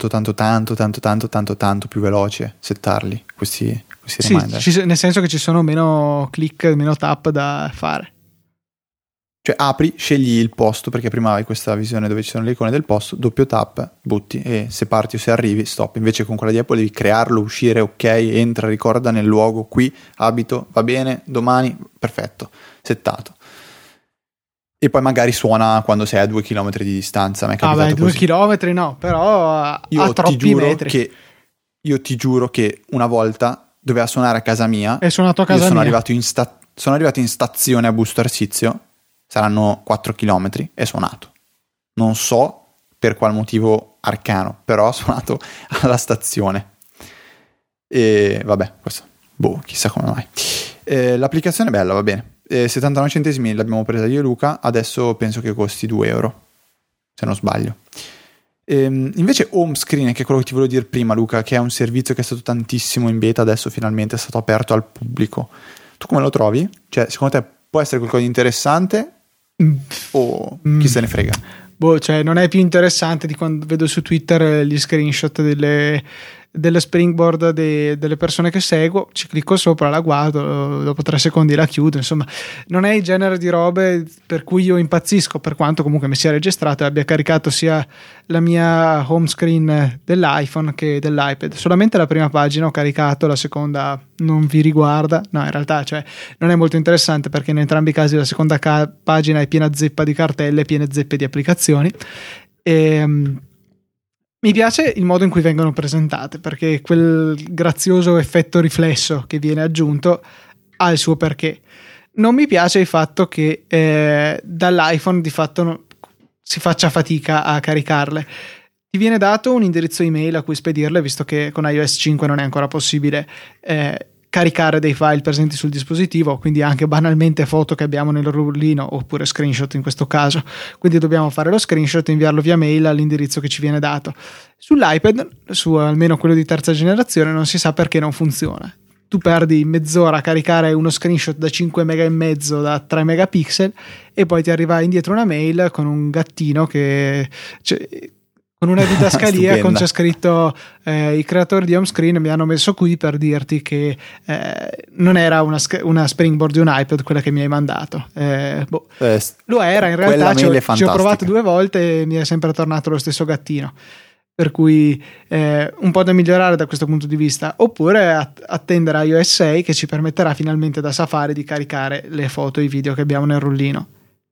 più veloce settarli questi reminder. Sì, nel senso che ci sono meno click, meno tap da fare. Cioè apri, scegli il posto, perché prima hai questa visione dove ci sono le icone del posto, doppio tap, butti, e se parti o se arrivi, stop. Invece con quella di Apple devi crearlo, uscire, ok, entra, ricorda nel luogo, qui, abito, va bene, domani, perfetto, settato. E poi magari suona quando sei a 2 chilometri di distanza. Mi è capitato 2 chilometri no, però a troppi metri. Io ti giuro che una volta doveva suonare a casa mia. È suonato a casa sono mia. Sono arrivato in stazione a Busto Arsizio, saranno 4 chilometri, è suonato. Non so per qual motivo arcano, però ha suonato alla stazione. E vabbè, questo, chissà come mai. L'applicazione è bella, va bene. 79 centesimi l'abbiamo presa io e Luca, adesso penso che costi 2 euro, se non sbaglio. Invece Home Screen, che è quello che ti volevo dire prima, Luca, che è un servizio che è stato tantissimo in beta, adesso finalmente è stato aperto al pubblico. Tu come lo trovi? Cioè, secondo te può essere qualcosa di interessante o chi se ne frega? Cioè non è più interessante di quando vedo su Twitter gli screenshot delle springboard delle persone che seguo, ci clicco sopra, la guardo, dopo 3 secondi la chiudo. Insomma, non è il genere di robe per cui io impazzisco, per quanto comunque mi sia registrato e abbia caricato sia la mia home screen dell'iPhone che dell'iPad. Solamente la prima pagina ho caricato, la seconda non vi riguarda. No, in realtà non è molto interessante, perché in entrambi i casi la seconda pagina è piena zeppa di cartelle, piene zeppe di applicazioni. Mi piace il modo in cui vengono presentate, perché quel grazioso effetto riflesso che viene aggiunto ha il suo perché. Non mi piace il fatto che dall'iPhone di fatto si faccia fatica a caricarle. Ti viene dato un indirizzo email a cui spedirle, visto che con iOS 5 non è ancora possibile caricare dei file presenti sul dispositivo, quindi anche banalmente foto che abbiamo nel rullino, oppure screenshot in questo caso. Quindi dobbiamo fare lo screenshot e inviarlo via mail all'indirizzo che ci viene dato. Sull'iPad, su almeno quello di terza generazione, non si sa perché non funziona. Tu perdi mezz'ora a caricare uno screenshot da 5 mega e mezzo da 3 megapixel e poi ti arriva indietro una mail con un gattino con una didascalia con c'è scritto i creatori di home screen mi hanno messo qui per dirti che non era una springboard di un iPad quella che mi hai mandato. Lo era in realtà, ci ho provato 2 volte e mi è sempre tornato lo stesso gattino, per cui un po' da migliorare da questo punto di vista, oppure attendere iOS 6 che ci permetterà finalmente da Safari di caricare le foto e i video che abbiamo nel rullino.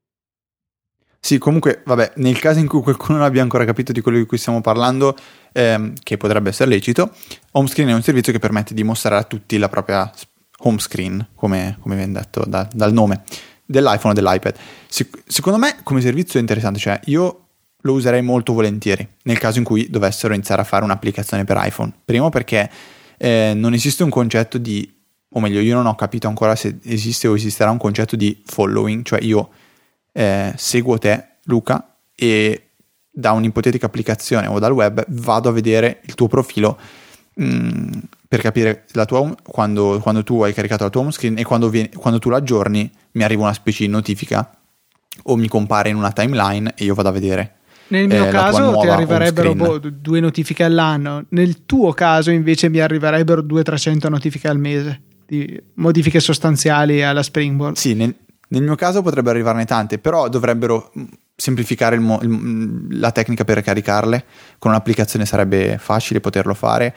Sì, comunque, vabbè, nel caso in cui qualcuno non abbia ancora capito di quello di cui stiamo parlando, che potrebbe essere lecito, Home Screen è un servizio che permette di mostrare a tutti la propria home screen, come viene detto dal nome, dell'iPhone o dell'iPad. Secondo me come servizio è interessante, cioè io lo userei molto volentieri nel caso in cui dovessero iniziare a fare un'applicazione per iPhone. Primo perché non esiste un concetto di, o meglio, io non ho capito ancora se esiste o esisterà un concetto di following, cioè io seguo te, Luca, e da un'ipotetica applicazione o dal web vado a vedere il tuo profilo per capire la tua quando tu hai caricato la tua home screen, e quando tu la aggiorni mi arriva una specie di notifica o mi compare in una timeline e io vado a vedere. Nel mio caso ti arriverebbero 2 notifiche all'anno, nel tuo caso invece mi arriverebbero 200-300 notifiche al mese di modifiche sostanziali alla Springboard. Sì, nel mio caso potrebbero arrivarne tante, però dovrebbero semplificare la tecnica per caricarle. Con un'applicazione sarebbe facile poterlo fare,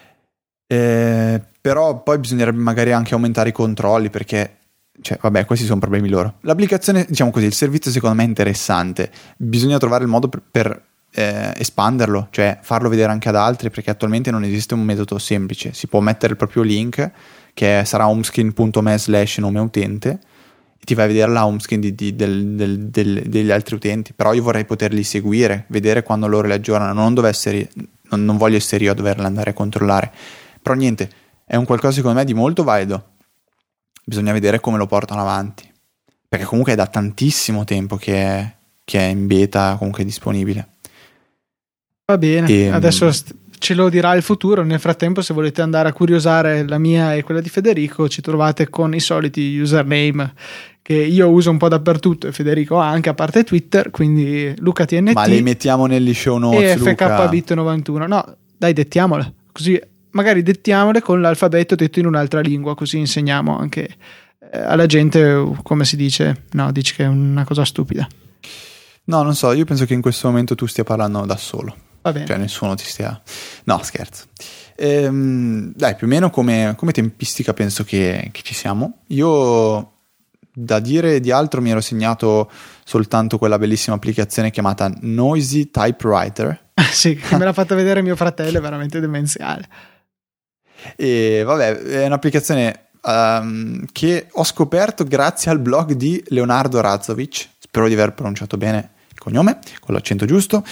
però poi bisognerebbe magari anche aumentare i controlli, perché vabbè, questi sono problemi loro. L'applicazione, diciamo così, il servizio secondo me è interessante, bisogna trovare il modo per espanderlo, cioè farlo vedere anche ad altri, perché attualmente non esiste un metodo semplice. Si può mettere il proprio link che sarà homescreen.me/nome utente, e ti vai a vedere la homescreen degli altri utenti. Però io vorrei poterli seguire, vedere quando loro li aggiornano, non voglio essere io a doverla andare a controllare. Però niente, è un qualcosa secondo me di molto valido, bisogna vedere come lo portano avanti, perché comunque è da tantissimo tempo che è in beta, comunque disponibile. Va bene, adesso ce lo dirà il futuro. Nel frattempo, se volete andare a curiosare la mia e quella di Federico, ci trovate con i soliti username che io uso un po' dappertutto e Federico anche, a parte Twitter, quindi LucaTNT. Ma li mettiamo negli show notes, e FKBit91. No, dai, dettiamole, così magari dettiamole con l'alfabeto detto in un'altra lingua, così insegniamo anche alla gente come si dice. No, dici che è una cosa stupida. No, non so, io penso che in questo momento tu stia parlando da solo. Va bene. Cioè nessuno ti stia... No, scherzo. Dai, più o meno come tempistica penso che ci siamo. Io, da dire di altro, mi ero segnato soltanto quella bellissima applicazione chiamata Noisy Typewriter. Sì, che me l'ha fatta vedere mio fratello, è veramente demenziale. E vabbè, è un'applicazione che ho scoperto grazie al blog di Leonardo Razovic, spero di aver pronunciato bene il cognome, con l'accento giusto,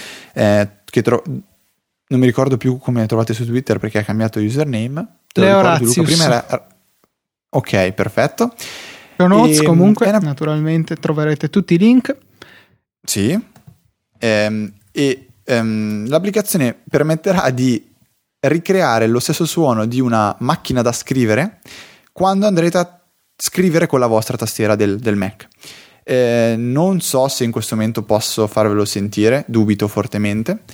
non mi ricordo più come trovate su Twitter perché ha cambiato username. Leo Razius. Prima era... Ok, perfetto. Show notes comunque, naturalmente troverete tutti i link. Sì. L'applicazione permetterà di ricreare lo stesso suono di una macchina da scrivere quando andrete a scrivere con la vostra tastiera del Mac. Non so se in questo momento posso farvelo sentire, dubito fortemente,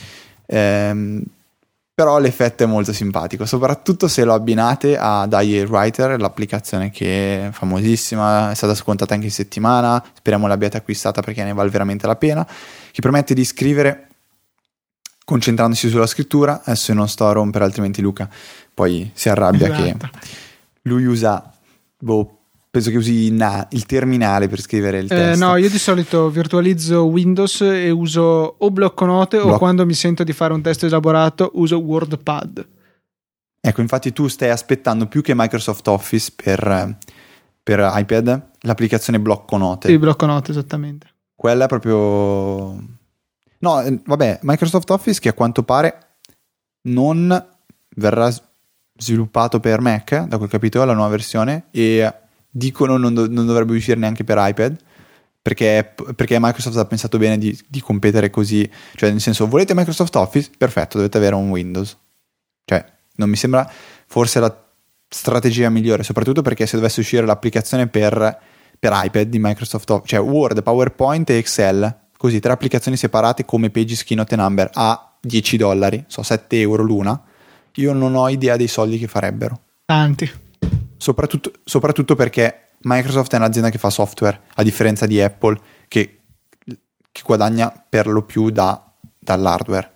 però l'effetto è molto simpatico, soprattutto se lo abbinate a Diary Writer, l'applicazione che è famosissima, è stata scontata anche in settimana, speriamo l'abbiate acquistata perché ne vale veramente la pena, che permette di scrivere concentrandosi sulla scrittura. Adesso non sto a rompere, altrimenti Luca poi si arrabbia. Esatto. Che lui usa, penso che usi il terminale per scrivere il testo. No, io di solito virtualizzo Windows e uso o blocconote o quando mi sento di fare un testo elaborato uso WordPad. Ecco, infatti tu stai aspettando più che Microsoft Office per iPad l'applicazione blocconote. Sì, blocconote, esattamente. Quella è proprio... No, vabbè, Microsoft Office che a quanto pare non verrà sviluppato per Mac, da quel capitolo, la nuova versione, e dicono non dovrebbe uscire neanche per iPad, perché Microsoft ha pensato bene di competere così, cioè nel senso, volete Microsoft Office? Perfetto, dovete avere un Windows. Cioè, non mi sembra forse la strategia migliore, soprattutto perché se dovesse uscire l'applicazione per iPad di Microsoft Office, cioè Word, PowerPoint e Excel, così 3 applicazioni separate come Pages, Keynote e Number a $10, so 7 euro l'una, io non ho idea dei soldi che farebbero. Tanti. Soprattutto perché Microsoft è un'azienda che fa software, a differenza di Apple che guadagna per lo più dall'hardware.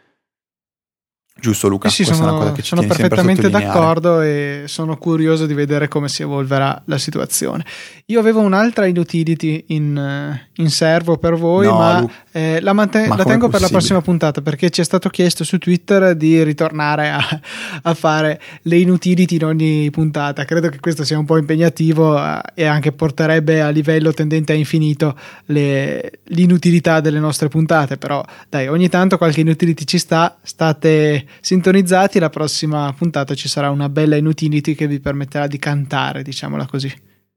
Giusto, Luca? Sì, questa è una cosa che ci sono tieni perfettamente sempre a sottolineare. d'accordo e sono curioso di vedere come si evolverà la situazione. Io avevo un'altra inutility in serbo per voi, ma la tengo per la prossima puntata, perché ci è stato chiesto su Twitter di ritornare a fare le inutility in ogni puntata. Credo che questo sia un po' impegnativo e anche porterebbe a livello tendente a infinito l'inutilità delle nostre puntate, però dai, ogni tanto qualche inutility ci sta. State sintonizzati, la prossima puntata ci sarà una bella inutility che vi permetterà di cantare, diciamola così.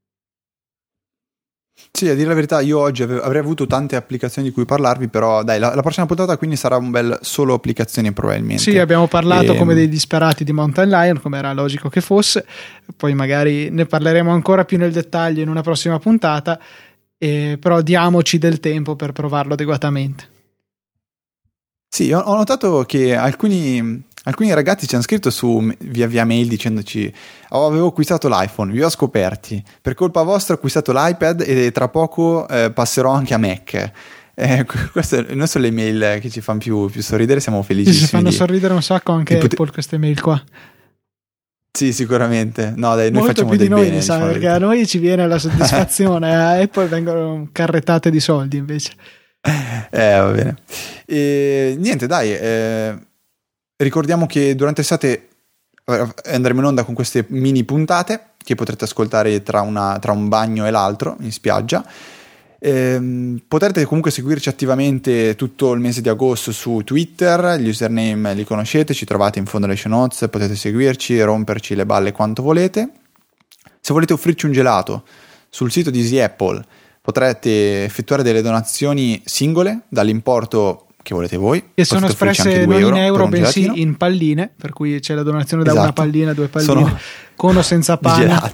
Sì, a dire la verità, io oggi avrei avuto tante applicazioni di cui parlarvi, però dai, la prossima puntata quindi sarà un bel solo applicazioni probabilmente. Sì, abbiamo parlato come dei disperati di Mountain Lion, come era logico che fosse, poi magari ne parleremo ancora più nel dettaglio in una prossima puntata, però diamoci del tempo per provarlo adeguatamente. Sì, ho notato che alcuni ragazzi ci hanno scritto via mail dicendoci avevo acquistato l'iPhone, vi ho scoperti, per colpa vostra ho acquistato l'iPad e tra poco passerò anche a Mac. Queste non sono le mail che ci fanno più sorridere, siamo felicissimi. Ci fanno sorridere un sacco anche Apple queste mail qua. Sì, sicuramente. No, dai, noi molto facciamo più di noi, bene, sai, perché a noi ci viene la soddisfazione, a Apple vengono carrettate di soldi invece. Va bene. Niente, dai, ricordiamo che durante l'estate andremo in onda con queste mini puntate che potrete ascoltare tra un bagno e l'altro in spiaggia. Potrete comunque seguirci attivamente tutto il mese di agosto su Twitter, gli username li conoscete, ci trovate in fondo alle show notes, potete seguirci, romperci le balle quanto volete. Se volete offrirci un gelato sul sito di Easy Apple potrete effettuare delle donazioni singole dall'importo che volete voi, che sono espresse non in euro bensì in palline, per cui c'è la donazione da una pallina, 2 palline, con o senza panna.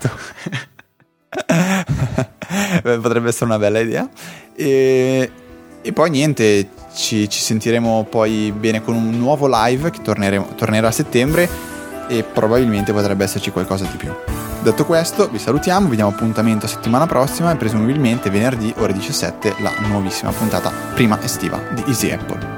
Potrebbe essere una bella idea. E poi niente, ci sentiremo poi bene con un nuovo live che tornerà a settembre e probabilmente potrebbe esserci qualcosa di più. Detto questo, vi salutiamo, vi diamo appuntamento settimana prossima e presumibilmente venerdì ore 17 la nuovissima puntata prima estiva di Easy Apple.